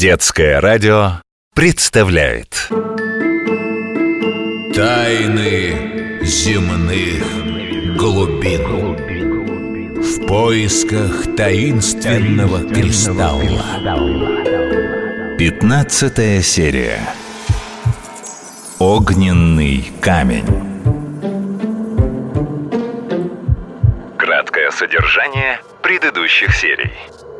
Детское радио представляет Тайны земных глубин. В поисках таинственного кристалла. 15-я серия. Огненный камень. Краткое содержание предыдущих серий.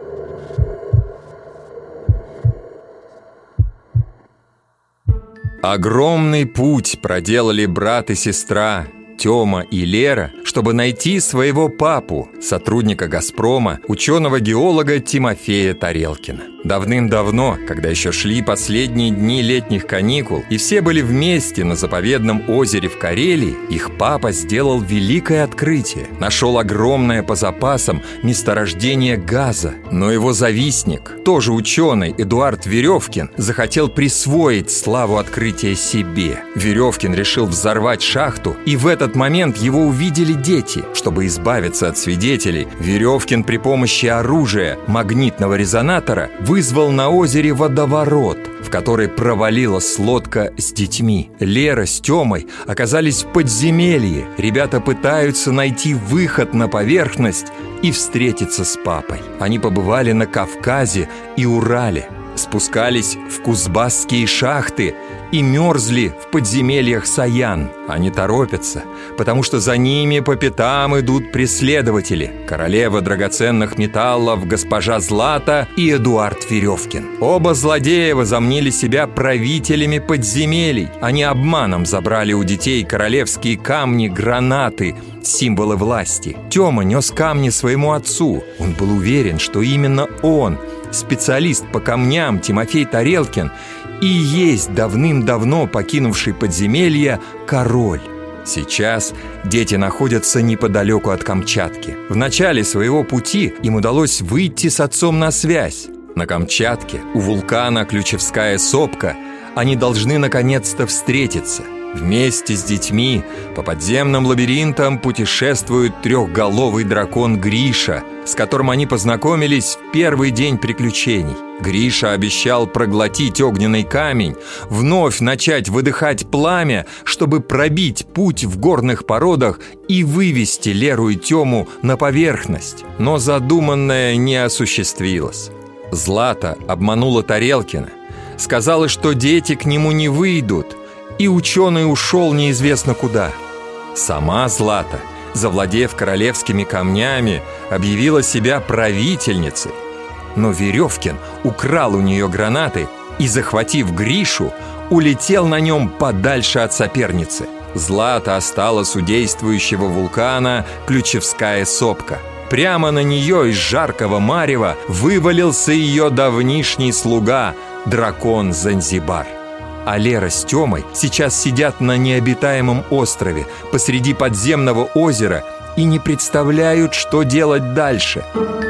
Огромный путь проделали брат и сестра Тёма и Лера, чтобы найти своего папу, сотрудника «Газпрома», ученого-геолога Тимофея Тарелкина. Давным-давно, когда еще шли последние дни летних каникул, и все были вместе на заповедном озере в Карелии, их папа сделал великое открытие. Нашел огромное по запасам месторождение газа. Но его завистник, тоже ученый Эдуард Веревкин, захотел присвоить славу открытия себе. Веревкин решил взорвать шахту, и в этот момент его увидели дети. Чтобы избавиться от свидетелей, Веревкин при помощи оружия, магнитного резонатора, вызвал на озере водоворот, в который провалилась лодка с детьми. Лера с Тёмой оказались в подземелье. Ребята пытаются найти выход на поверхность и встретиться с папой. Они побывали на Кавказе и Урале, спускались в Кузбасские шахты и мерзли в подземельях Саян. Они торопятся, потому что за ними по пятам идут преследователи: королева драгоценных металлов госпожа Злата и Эдуард Веревкин. Оба злодея возомнили себя правителями подземелий. Они обманом забрали у детей королевские камни, гранаты, символы власти. Тёма нес камни своему отцу. Он был уверен, что именно он, специалист по камням Тимофей Тарелкин, и есть давным-давно покинувший подземелье король. Сейчас дети находятся неподалеку от Камчатки. В начале своего пути им удалось выйти с отцом на связь. На Камчатке, у вулкана Ключевская сопка, они должны наконец-то встретиться. Вместе с детьми по подземным лабиринтам путешествует трехголовый дракон Гриша, с которым они познакомились в первый день приключений. Гриша обещал проглотить огненный камень, вновь начать выдыхать пламя, чтобы пробить путь в горных породах и вывести Леру и Тему на поверхность. Но задуманное не осуществилось. Злата обманула Тарелкина, сказала, что дети к нему не выйдут, и ученый ушел неизвестно куда. Сама Злата, завладев королевскими камнями, объявила себя правительницей. Но Веревкин украл у нее гранаты и, захватив Гришу, улетел на нем подальше от соперницы. Злата осталась у действующего вулкана Ключевская сопка. Прямо на нее из жаркого марева вывалился ее давнишний слуга, дракон Занзибар. А Лера с Тёмой сейчас сидят на необитаемом острове посреди подземного озера и не представляют, что делать дальше.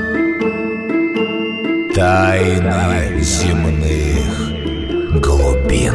Тайны земных глубин.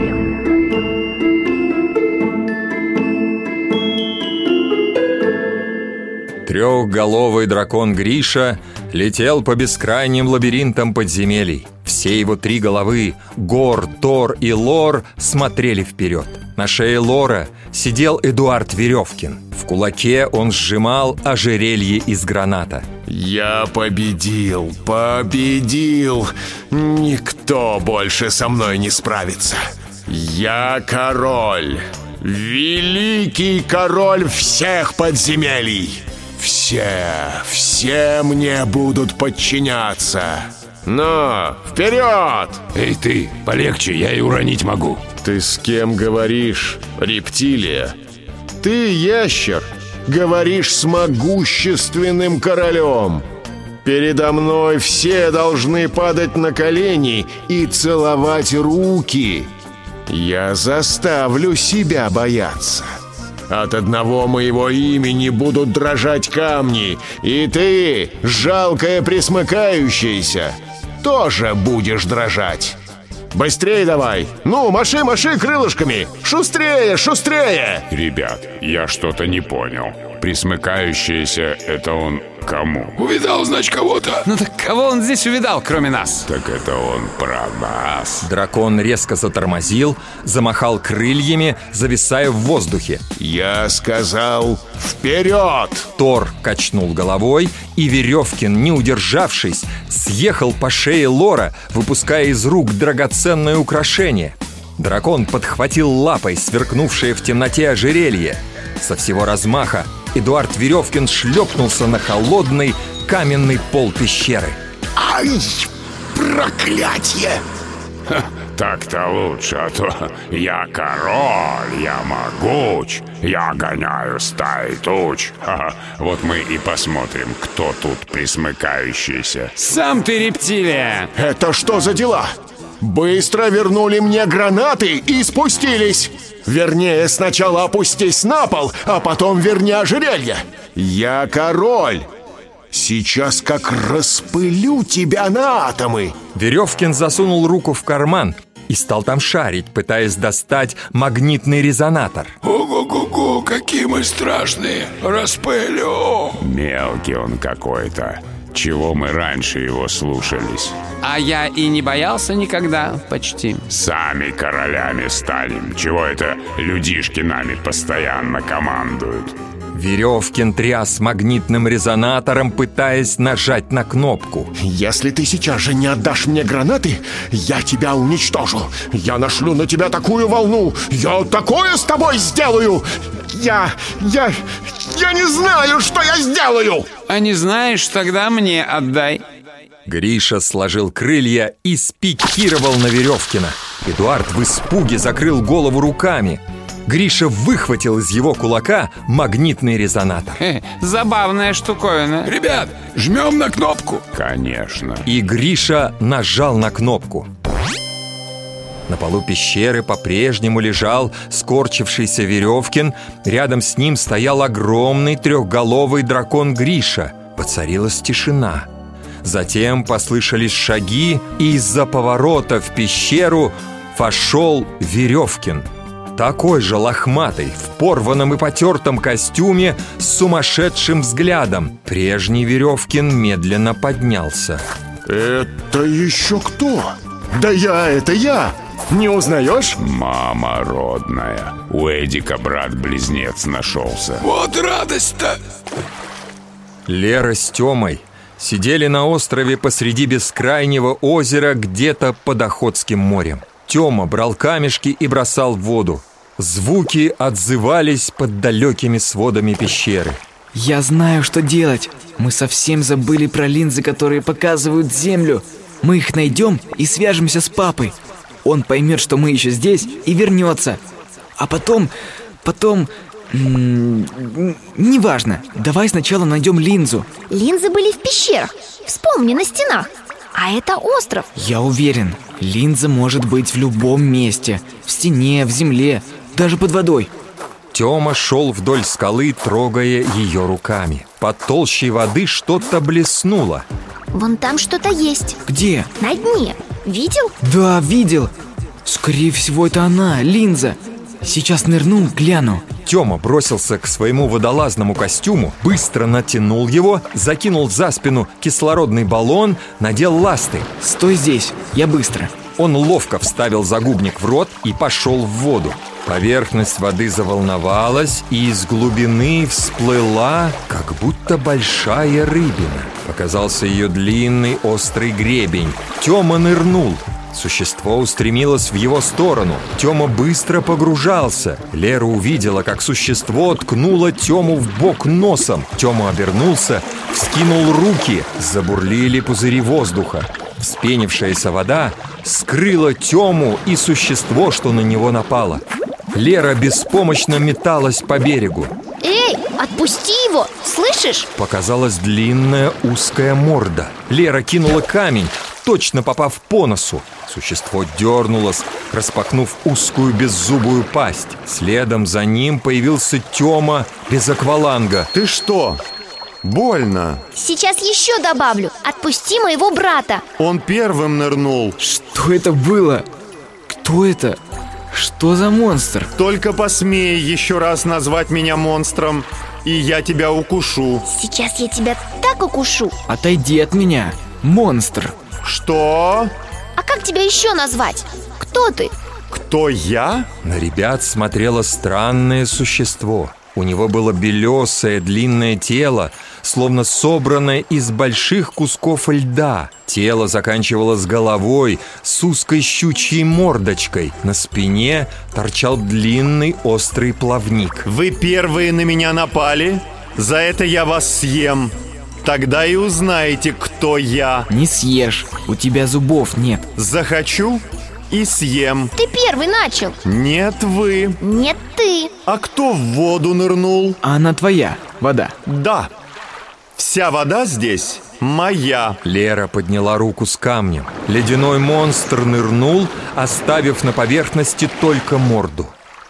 Трехголовый дракон Гриша летел по бескрайним лабиринтам подземелий. Все его три головы — Гор, Тор и Лор — смотрели вперед. На шее Лора сидел Эдуард Веревкин. В кулаке он сжимал ожерелье из граната. Я победил! Никто больше со мной не справится. Я король! Великий король всех подземелий! Все мне будут подчиняться. Но вперед! Эй ты, полегче, я и уронить могу. Ты с кем говоришь, рептилия? Ты, ящер, говоришь с могущественным королем. Передо мной все должны падать на колени и целовать руки. Я заставлю себя бояться. От одного моего имени будут дрожать камни, и ты, жалкая пресмыкающаяся, тоже будешь дрожать. Быстрее давай! Ну, маши крылышками! Шустрее! Ребят, я что-то не понял. Присмыкающийся — это он кому? Увидал, значит, кого-то. Ну так кого он здесь увидал, кроме нас? Так это он про нас. Дракон резко затормозил, замахал крыльями, зависая в воздухе. Я сказал «Вперед!» Тор качнул головой, и Веревкин, не удержавшись, съехал по шее Лора, выпуская из рук драгоценное украшение. Дракон подхватил лапой сверкнувшее в темноте ожерелье. Со всего размаха Эдуард Веревкин шлепнулся на холодный каменный пол пещеры. Ай, проклятье! Так-то лучше, а то я король, я могуч, я гоняю стаи туч. Ха-ха. Вот мы и посмотрим, кто тут присмыкающийся. Сам ты рептилия! Это что за дела? Быстро вернули мне гранаты и спустились. Вернее, сначала опустись на пол, а потом верни ожерелье. Я король. Сейчас как распылю тебя на атомы. Веревкин засунул руку в карман и стал там шарить, пытаясь достать магнитный резонатор. Ого-го-го, какие мы страшные! Распылю! Мелкий он какой-то. Чего мы раньше его слушались? А я и не боялся никогда, почти. Сами королями станем. Чего это людишки нами постоянно командуют? Веревкин тряс магнитным резонатором, пытаясь нажать на кнопку. Если ты сейчас же не отдашь мне гранаты, я тебя уничтожу. Я нашлю на тебя такую волну. Я такое с тобой сделаю. Я не знаю, что я сделаю. А не знаешь, тогда мне отдай. Гриша сложил крылья и спикировал на Веревкина. Эдуард в испуге закрыл голову руками. Гриша выхватил из его кулака магнитный резонатор. Забавная штуковина. Ребят, жмем на кнопку. Конечно. И Гриша нажал на кнопку. На полу пещеры по-прежнему лежал скорчившийся Веревкин. Рядом с ним стоял огромный трехголовый дракон Гриша. Воцарилась тишина. Затем послышались шаги, и из-за поворота в пещеру вошел Веревкин. Такой же лохматый, в порванном и потертом костюме, с сумасшедшим взглядом. Прежний Веревкин медленно поднялся. Это еще кто? Да это я! Не узнаешь? Мама родная. У Эдика брат-близнец нашелся. Вот радость-то! Лера с Тёмой сидели на острове посреди бескрайнего озера где-то под Охотским морем. Тёма брал камешки и бросал в воду. Звуки отзывались под далекими сводами пещеры. Я знаю, что делать. Мы совсем забыли про линзы, которые показывают землю. Мы их найдем и свяжемся с папой. Он поймет, что мы еще здесь, и вернется. А потом... неважно. Давай сначала найдем линзу. Линзы были в пещерах. Вспомни, на стенах. А это остров. Я уверен, линза может быть в любом месте. В стене, в земле, даже под водой. Тёма шел вдоль скалы, трогая ее руками. Под толщей воды что-то блеснуло. Вон там что-то есть. Где? На дне. Видел? Да, видел. Скорее всего, это она, линза. Сейчас нырну, гляну. Тёма бросился к своему водолазному костюму, быстро натянул его, закинул за спину кислородный баллон, надел ласты. Стой здесь, я быстро. Он ловко вставил загубник в рот и пошел в воду. Поверхность воды заволновалась, и из глубины всплыла, как будто большая рыбина. Показался ее длинный острый гребень. Тёма нырнул. Существо устремилось в его сторону. Тёма быстро погружался. Лера увидела, как существо ткнуло Тёму в бок носом. Тёма обернулся, вскинул руки. Забурлили пузыри воздуха. Вспенившаяся вода скрыла Тёму и существо, что на него напало. Лера беспомощно металась по берегу. Эй, отпусти его, слышишь? Показалась длинная узкая морда. Лера кинула камень, точно попав по носу. Существо дернулось, распахнув узкую беззубую пасть. Следом за ним появился Тёма без акваланга. Ты что? Больно. Сейчас еще добавлю. Отпусти моего брата. Он первым нырнул. Что это было? Кто это? Что за монстр? Только посмей еще раз назвать меня монстром, и я тебя укушу. Сейчас я тебя так укушу. Отойди от меня, монстр. Что? А как тебя еще назвать? Кто ты? Кто я? На ребят смотрело странное существо. У него было белесое длинное тело, словно собранное из больших кусков льда. Тело заканчивалось головой с узкой щучьей мордочкой. На спине торчал длинный острый плавник. Вы первые на меня напали? За это я вас съем. Тогда и узнаете, кто я. Не съешь, у тебя зубов нет. Захочу и съем. Ты первый начал. Нет, вы. Нет, ты. А кто в воду нырнул? А она твоя, вода. Да. Вся вода здесь моя. Лера подняла руку с камнем. Ледяной монстр нырнул, оставив на поверхности только морду.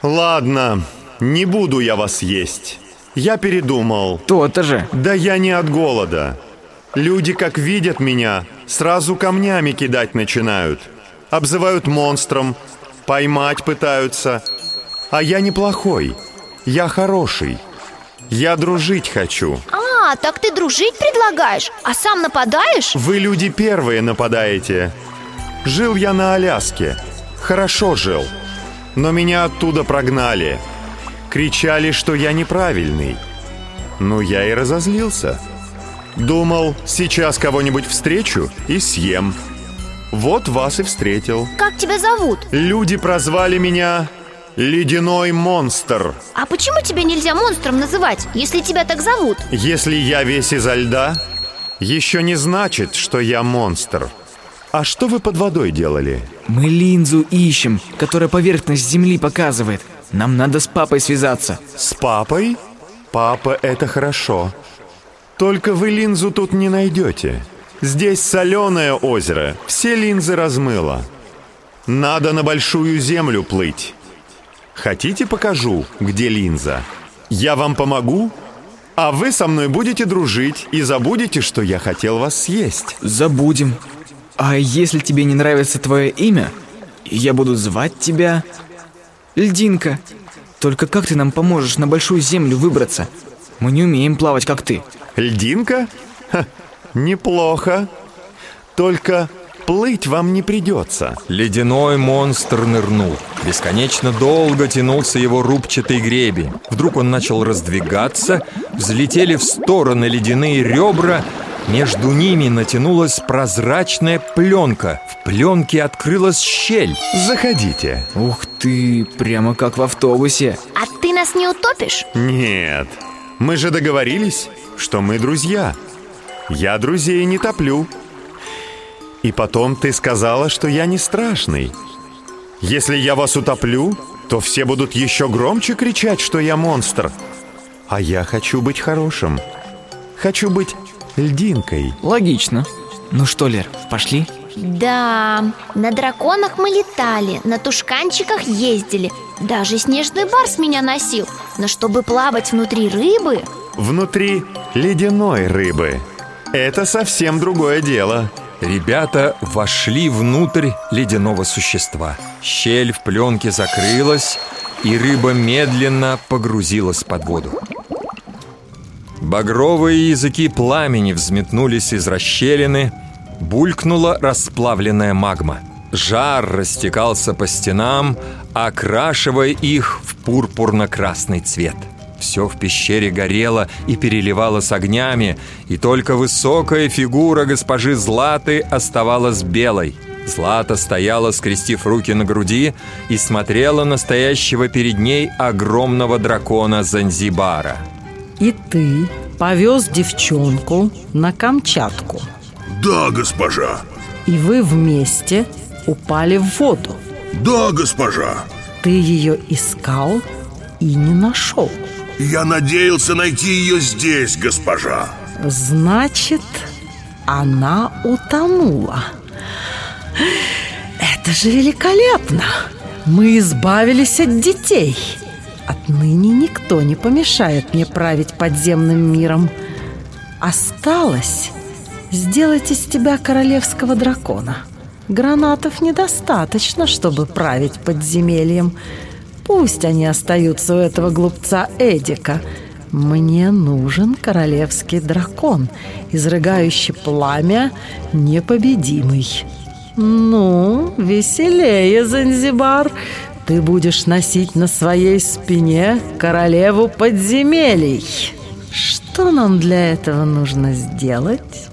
Ладно, не буду я вас есть. Я передумал. То-то же. Да я не от голода. Люди, как видят меня, сразу камнями кидать начинают. Обзывают монстром, поймать пытаются. А я неплохой, я хороший. Я дружить хочу. А, так ты дружить предлагаешь, а сам нападаешь? Вы, люди, первые нападаете. Жил я на Аляске. Хорошо жил. Но меня оттуда прогнали. Кричали, что я неправильный. Ну, я и разозлился. Думал, сейчас кого-нибудь встречу и съем. Вот вас и встретил. Как тебя зовут? Люди прозвали меня Ледяной монстр. А почему тебя нельзя монстром называть, если тебя так зовут? Если я весь изо льда, еще не значит, что я монстр. А что вы под водой делали? Мы линзу ищем, которая поверхность земли показывает. Нам надо с папой связаться. С папой? Папа, это хорошо. Только вы линзу тут не найдете. Здесь соленое озеро, все линзы размыло. Надо на большую землю плыть. Хотите, покажу, где линза? Я вам помогу, а вы со мной будете дружить и забудете, что я хотел вас съесть. Забудем. А если тебе не нравится твое имя, я буду звать тебя Льдинка. Только как ты нам поможешь на большую землю выбраться? Мы не умеем плавать, как ты. Льдинка? Ха, неплохо. Только плыть вам не придется. Ледяной монстр нырнул. Бесконечно долго тянулся его рубчатый гребень. Вдруг он начал раздвигаться, взлетели в стороны ледяные ребра. Между ними натянулась прозрачная пленка. В пленке открылась щель. Заходите. Ух ты, прямо как в автобусе. А ты нас не утопишь? Нет, мы же договорились, что мы друзья. Я друзей не топлю. И потом ты сказала, что я не страшный. Если я вас утоплю, то все будут еще громче кричать, что я монстр. А я хочу быть хорошим. Хочу быть льдинкой. Логично. Ну что, Лер, пошли? Да, на драконах мы летали, на тушканчиках ездили. Даже снежный барс меня носил. Но чтобы плавать внутри рыбы... Внутри ледяной рыбы. Это совсем другое дело. Ребята вошли внутрь ледяного существа. Щель в пленке закрылась, и рыба медленно погрузилась под воду. Багровые языки пламени взметнулись из расщелины, булькнула расплавленная магма. Жар растекался по стенам, окрашивая их в пурпурно-красный цвет. Все в пещере горело и переливалось огнями, и только высокая фигура госпожи Златы оставалась белой. Злата стояла, скрестив руки на груди, и смотрела на стоящего перед ней огромного дракона Занзибара. И ты повез девчонку на Камчатку. Да, госпожа. И вы вместе упали в воду. Да, госпожа. Ты ее искал и не нашел. Я надеялся найти ее здесь, госпожа. Значит, она утонула. Это же великолепно! Мы избавились от детей. Отныне никто не помешает мне править подземным миром. Осталось сделать из тебя королевского дракона. Гранатов недостаточно, чтобы править подземельем. Пусть они остаются у этого глупца Эдика. Мне нужен королевский дракон, изрыгающий пламя, непобедимый. Ну, веселее, Занзибар. Ты будешь носить на своей спине королеву подземелий. Что нам для этого нужно сделать?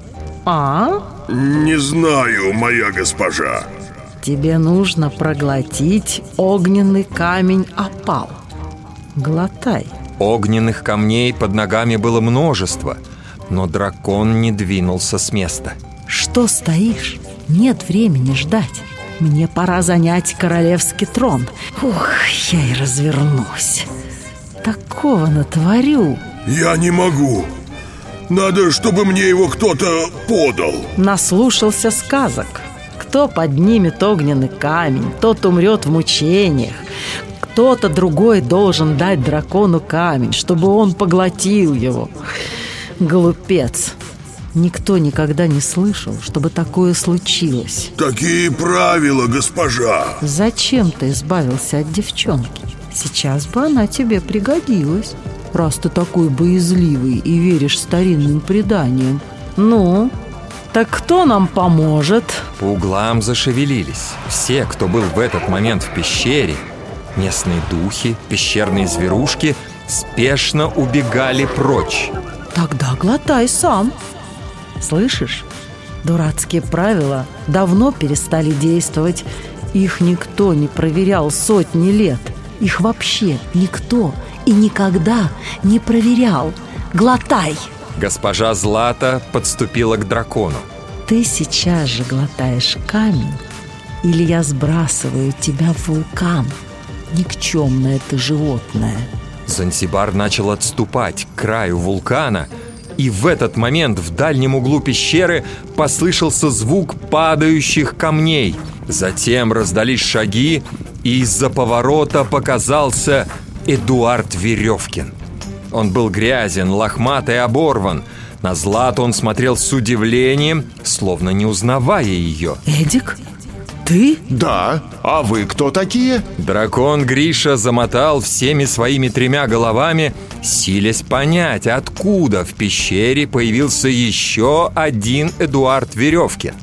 Не знаю, моя госпожа. Тебе нужно проглотить огненный камень опал. Глотай. Огненных камней под ногами было множество, но дракон не двинулся с места. Что стоишь? Нет времени ждать. Мне пора занять королевский трон. Ух, я и развернусь. Такого натворю. Я не могу. Надо, чтобы мне его кто-то подал. Наслушался сказок. Кто поднимет огненный камень, тот умрет в мучениях. Кто-то другой должен дать дракону камень, чтобы он поглотил его. Глупец. Никто никогда не слышал, чтобы такое случилось. Такие правила, госпожа. Зачем ты избавился от девчонки? Сейчас бы она тебе пригодилась, раз ты такой боязливый и веришь старинным преданиям. Ну, так кто нам поможет? По углам зашевелились все, кто был в этот момент в пещере. Местные духи, пещерные зверушки спешно убегали прочь. Тогда глотай сам. Слышишь? Дурацкие правила давно перестали действовать. Их никто не проверял сотни лет. Их вообще никто и никогда не проверял. Глотай! Госпожа Злата подступила к дракону. Ты сейчас же глотаешь камень, или я сбрасываю тебя в вулкан. Никчемное ты животное. Занзибар начал отступать к краю вулкана, и в этот момент в дальнем углу пещеры послышался звук падающих камней. Затем раздались шаги, и из-за поворота показался Эдуард Веревкин. Он был грязен, лохмат и оборван. На Злату он смотрел с удивлением, словно не узнавая ее. Эдик? Ты? Да, а вы кто такие? Дракон Гриша замотал всеми своими 3 головами, силясь понять, откуда в пещере появился еще один Эдуард Веревкин.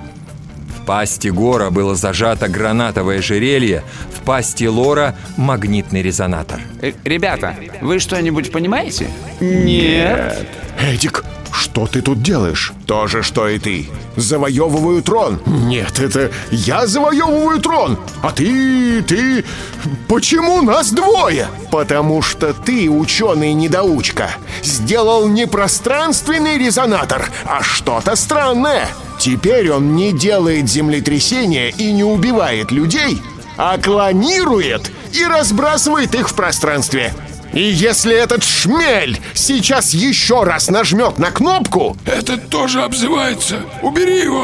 В пасти Гора было зажато гранатовое ожерелье, в пасти Лора магнитный резонатор. Ребята, вы что-нибудь понимаете? Нет. Эдик, что ты тут делаешь? То же, что и ты. Завоевываю трон. Нет, это я завоевываю трон. А ты... Почему нас двое? Потому что ты, ученый-недоучка, сделал не пространственный резонатор, а что-то странное. Теперь он не делает землетрясения и не убивает людей, а клонирует и разбрасывает их в пространстве. И если этот шмель сейчас еще раз нажмет на кнопку... Этот тоже обзывается. Убери его.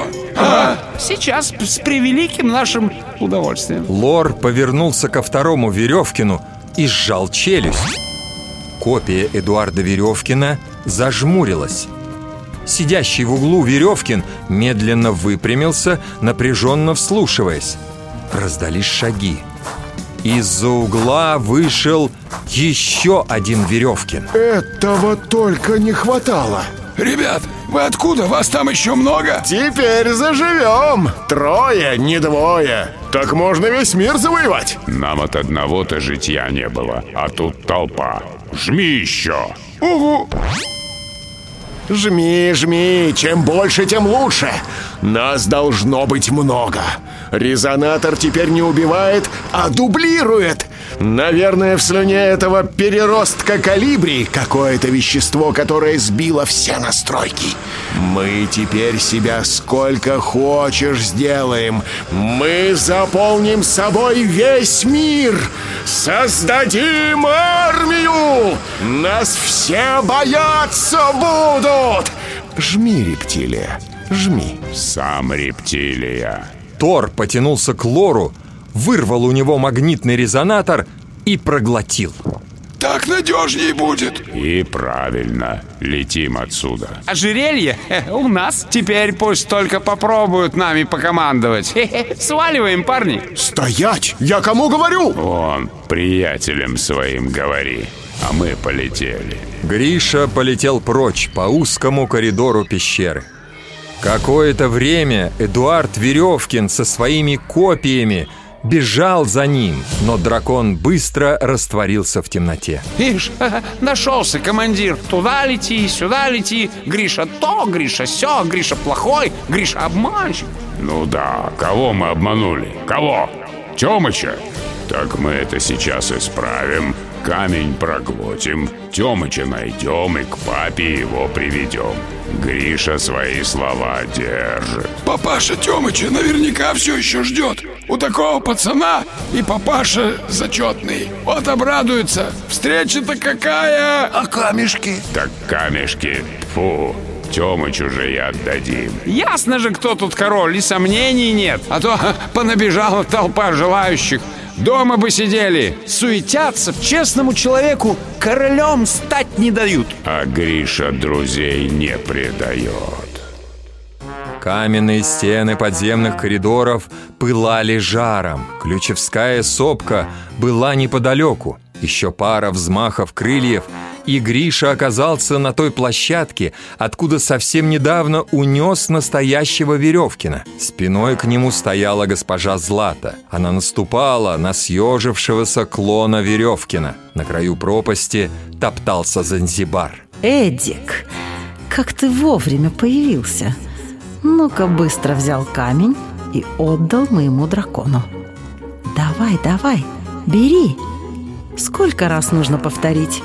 Сейчас с превеликим нашим удовольствием. Лор повернулся ко второму Веревкину и сжал челюсть. Копия Эдуарда Веревкина зажмурилась. Сидящий в углу Веревкин медленно выпрямился, напряженно вслушиваясь. Раздались шаги. Из-за угла вышел еще один Веревкин. Этого только не хватало. Ребят, вы откуда? Вас там еще много? Теперь заживем. 3, не 2. Так можно весь мир завоевать. Нам от одного-то житья не было, а тут толпа. Жми еще. Угу. Жми, чем больше, тем лучше. Нас должно быть много. Резонатор теперь не убивает, а дублирует. Наверное, в слюне этого переростка калибри какое-то вещество, которое сбило все настройки. Мы теперь себя сколько хочешь сделаем. Мы заполним собой весь мир. Создадим армию. Нас все бояться будут. Жми, рептилия, жми. Сам рептилия. Тор потянулся к Лору, вырвал у него магнитный резонатор и проглотил. Так надежнее будет. И правильно. Летим отсюда. Ожерелье у нас. Теперь пусть только попробуют нами покомандовать. Сваливаем, парни. Стоять! Я кому говорю? Вон, приятелям своим говори. а мы полетели. Гриша полетел прочь по узкому коридору пещеры. Какое-то время Эдуард Веревкин со своими копьями бежал за ним, но дракон быстро растворился в темноте. Ишь, нашелся командир. Туда лети, сюда лети. Гриша то, Гриша сё, Гриша плохой, Гриша обманщик. Ну да, кого мы обманули? Кого? Тёмыча? Так мы это сейчас исправим. Камень проглотим, Тёмыча найдем и к папе его приведем. Гриша свои слова держит. Папаша Тёмыча наверняка все еще ждет. У такого пацана и папаша зачетный. Вот обрадуется. Встреча-то какая! А камешки? Так камешки, тьфу, Тёмычу же и отдадим. Ясно же, кто тут король, и сомнений нет. А то понабежала толпа желающих. Дома бы сидели, суетятся, честному человеку королем стать не дают. А Гриша друзей не предает. Каменные стены подземных коридоров пылали жаром. Ключевская сопка была неподалеку. Еще пара взмахов крыльев, и Гриша оказался на той площадке, откуда совсем недавно унес настоящего Веревкина. Спиной к нему стояла госпожа Злата. Она наступала на съежившегося клона Веревкина. На краю пропасти топтался Занзибар. Эдик, как ты вовремя появился. Ну-ка быстро взял камень и отдал моему дракону. Давай, давай, бери. Сколько раз нужно повторить?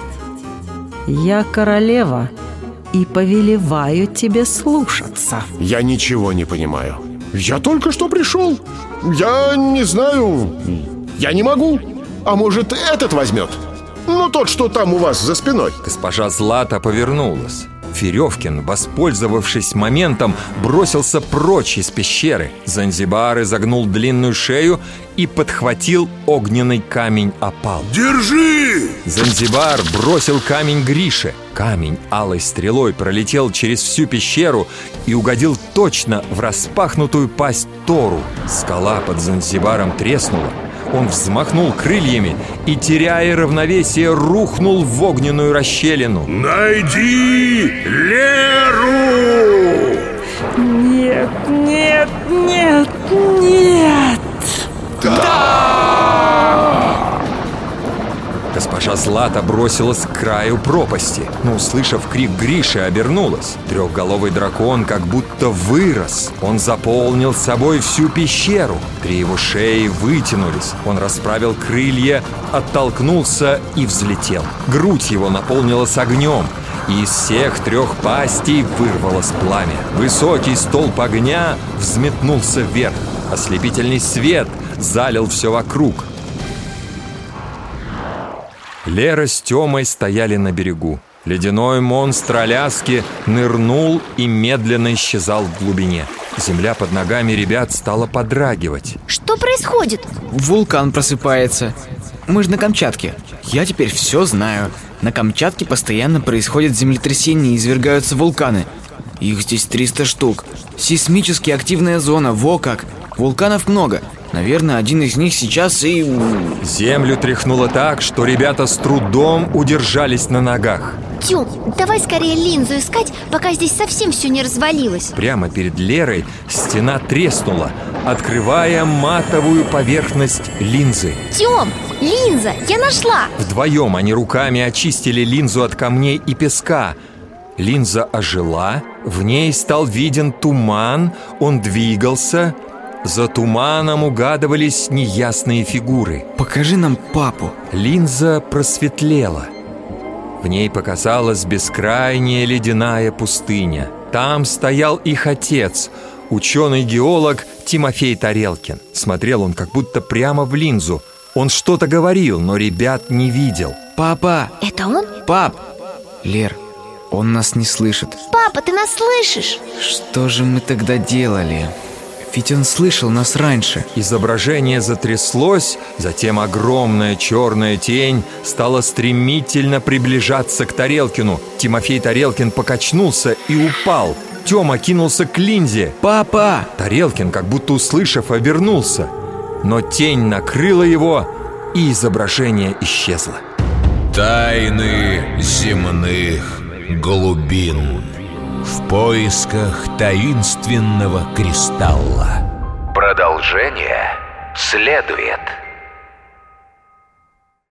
Я королева и повелеваю тебе слушаться. Я ничего не понимаю. Я только что пришел. Я не знаю. Я не могу. А может, этот возьмет? Ну, тот, что там у вас за спиной. Госпожа Злата повернулась. Веревкин, воспользовавшись моментом, бросился прочь из пещеры. Занзибар изогнул длинную шею и подхватил огненный камень опал. Держи! Занзибар бросил камень Грише. Камень алой стрелой пролетел через всю пещеру и угодил точно в распахнутую пасть Тору. Скала под Занзибаром треснула. Он взмахнул крыльями и, теряя равновесие, рухнул в огненную расщелину. Найди Леру! Нет, нет, нет, нет! Госпожа Злата бросилась к краю пропасти, но, услышав крик Гриши, обернулась. Трехголовый дракон как будто вырос. Он заполнил собой всю пещеру. 3 его шеи вытянулись. Он расправил крылья, оттолкнулся и взлетел. Грудь его наполнилась огнем, и из всех 3 пастей вырвалось пламя. Высокий столб огня взметнулся вверх. Ослепительный свет залил все вокруг. Лера с Тёмой стояли на берегу. Ледяной монстр Аляски нырнул и медленно исчезал в глубине. Земля под ногами ребят стала подрагивать. Что происходит? Вулкан просыпается. Мы же на Камчатке. Я теперь все знаю. На Камчатке постоянно происходят землетрясения и извергаются вулканы. Их здесь 300 штук. Сейсмически активная зона, во как. Вулканов много. Наверное, один из них сейчас и... Землю тряхнуло так, что ребята с трудом удержались на ногах. Тём, давай скорее линзу искать, пока здесь совсем все не развалилось. Прямо перед Лерой стена треснула, открывая матовую поверхность линзы. Тём, линза, я нашла! Вдвоем они руками очистили линзу от камней и песка. Линза ожила, в ней стал виден туман, он двигался. За туманом угадывались неясные фигуры. Покажи нам папу. Линза просветлела. В ней показалась бескрайняя ледяная пустыня. Там стоял их отец, ученый-геолог Тимофей Тарелкин. Смотрел он как будто прямо в линзу. Он что-то говорил, но ребят не видел. Папа! Это он? Пап! Лер, он нас не слышит. Папа, ты нас слышишь? Что же мы тогда делали? Ведь он слышал нас раньше. Изображение затряслось, затем огромная черная тень стала стремительно приближаться к Тарелкину. Тимофей Тарелкин покачнулся и упал. Тёма кинулся к линзе. «Папа!» Тарелкин, как будто услышав, обернулся. Но тень накрыла его, и изображение исчезло. Тайны земных глубин. В поисках таинственного кристалла. Продолжение следует.